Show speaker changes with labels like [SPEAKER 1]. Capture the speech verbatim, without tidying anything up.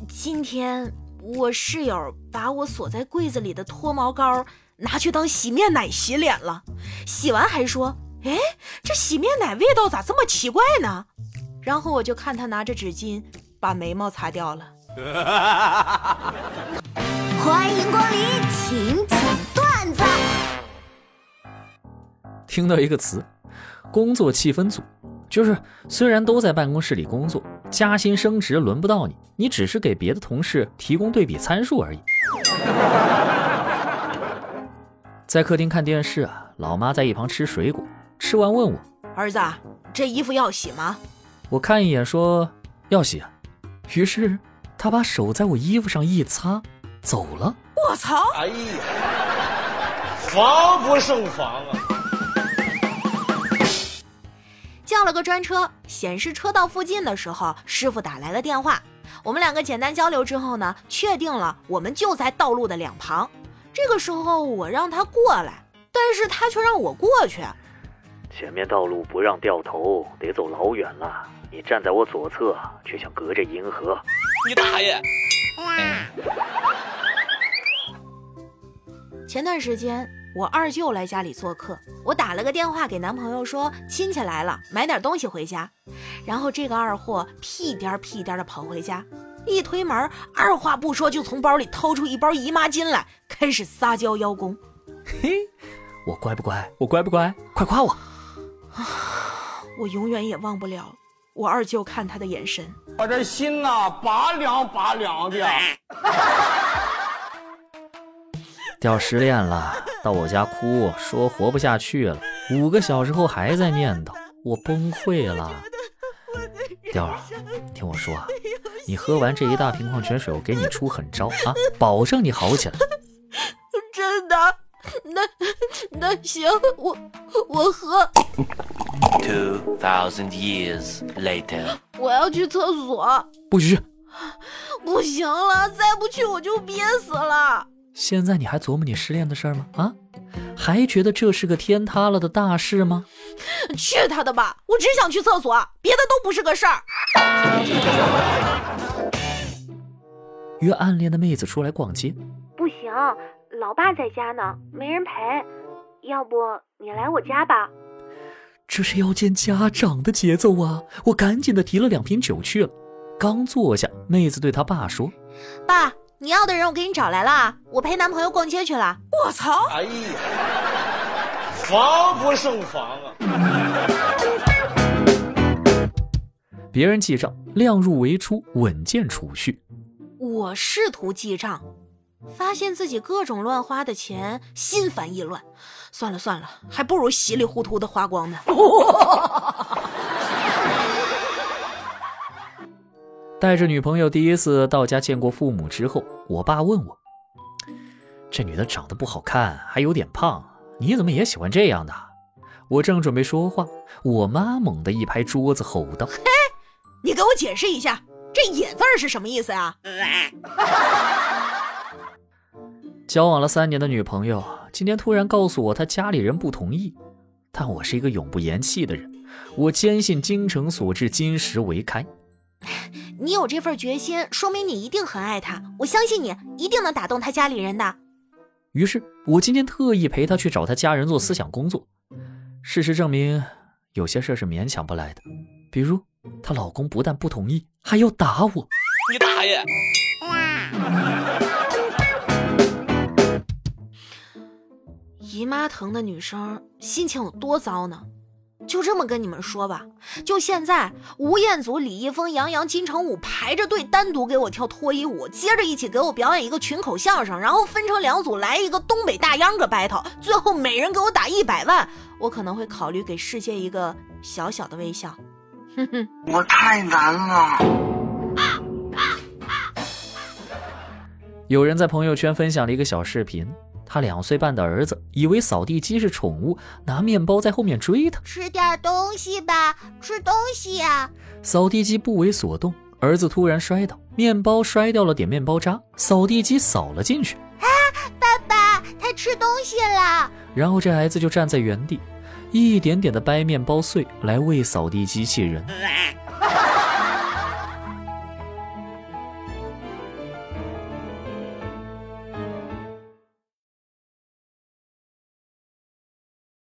[SPEAKER 1] 今天我室友把我锁在柜子里的脱毛膏拿去当洗面奶洗脸了，洗完还说，哎，这洗面奶味道咋这么奇怪呢？然后我就看他拿着纸巾把眉毛擦掉了。
[SPEAKER 2] 欢迎光临请讲段子。
[SPEAKER 3] 听到一个词，工作气氛组，就是虽然都在办公室里工作，加薪升职轮不到你，你只是给别的同事提供对比参数而已。在客厅看电视啊，老妈在一旁吃水果，吃完问我，
[SPEAKER 1] 儿子，这衣服要洗吗？
[SPEAKER 3] 我看一眼说要洗啊，于是她把手在我衣服上一擦走了。
[SPEAKER 1] 我操！
[SPEAKER 4] 哎呀，防不胜防啊！
[SPEAKER 1] 叫了个专车，显示车到附近的时候，师傅打来了电话。我们两个简单交流之后呢，确定了我们就在道路的两旁。这个时候我让他过来，但是他却让我过去。
[SPEAKER 5] 前面道路不让掉头，得走老远了。你站在我左侧，却想隔着银河。
[SPEAKER 4] 你大爷！
[SPEAKER 1] 前段时间我二舅来家里做客，我打了个电话给男朋友说亲戚来了，买点东西回家。然后这个二货屁颠屁颠的跑回家，一推门，二话不说就从包里掏出一包姨妈巾来，开始撒娇邀功。
[SPEAKER 3] 嘿，我乖不乖？我乖不乖？快夸我！
[SPEAKER 1] 我永远也忘不了我二舅看他的眼神，
[SPEAKER 4] 我这心呐、啊，拔凉拔凉的。
[SPEAKER 3] 掉失恋了，到我家哭，说活不下去了，五个小时后还在念叨，我崩溃了。调儿，听我说，你喝完这一大瓶矿泉水，我给你出狠招啊，保证你好起来。
[SPEAKER 1] 真的？那那行，我我喝。
[SPEAKER 6] Two thousand years later，
[SPEAKER 1] 我要去厕所。
[SPEAKER 3] 不许！
[SPEAKER 1] 不行了，再不去我就憋死了。
[SPEAKER 3] 现在你还琢磨你失恋的事儿吗？啊，还觉得这是个天塌了的大事吗？
[SPEAKER 1] 去他的吧！我只想去厕所，别的都不是个事儿。
[SPEAKER 3] 约暗恋的妹子出来逛街，
[SPEAKER 7] 不行，老爸在家呢，没人陪，要不你来我家吧。
[SPEAKER 3] 这是要见家长的节奏啊！我赶紧的提了两瓶酒去了。刚坐下，妹子对他爸说：“
[SPEAKER 1] 爸，你要的人我给你找来了，我陪男朋友逛街去了。”我操！
[SPEAKER 4] 哎呀，防不胜防啊！
[SPEAKER 3] 别人记账，量入为出，稳健储蓄。
[SPEAKER 1] 我试图记账，发现自己各种乱花的钱，心烦意乱。算了算了，还不如稀里糊涂的花光呢。
[SPEAKER 3] 带着女朋友第一次到家见过父母之后，我爸问我，这女的长得不好看，还有点胖，你怎么也喜欢这样的？我正准备说话，我妈猛地一拍桌子吼道：“
[SPEAKER 1] 嘿，你给我解释一下，这野字是什么意思啊？”
[SPEAKER 3] 交往了三年的女朋友今天突然告诉我她家里人不同意，但我是一个永不言弃的人，我坚信精诚所至，金石为开。
[SPEAKER 1] 你有这份决心，说明你一定很爱他，我相信你一定能打动他家里人的。
[SPEAKER 3] 于是我今天特意陪他去找他家人做思想工作。事实证明，有些事是勉强不来的，比如她老公不但不同意，还要打我。
[SPEAKER 4] 你大爷！
[SPEAKER 1] 姨妈疼的女生心情有多糟呢？就这么跟你们说吧，就现在，吴彦祖、李易峰、杨洋、金城武排着队单独给我跳脱衣舞，接着一起给我表演一个群口相声，然后分成两组来一个东北大秧歌 battle， 最后每人给我打一百万，我可能会考虑给世界一个小小的微笑。哼哼，
[SPEAKER 8] 我太难了。
[SPEAKER 3] 有人在朋友圈分享了一个小视频，他两岁半的儿子以为扫地机是宠物，拿面包在后面追他。
[SPEAKER 2] 吃点东西吧，吃东西呀、啊！
[SPEAKER 3] 扫地机不为所动，儿子突然摔倒，面包摔掉了点面包渣，扫地机扫了进去。
[SPEAKER 2] 啊，爸爸，他吃东西了。
[SPEAKER 3] 然后这孩子就站在原地，一点点的掰面包碎来喂扫地机器人。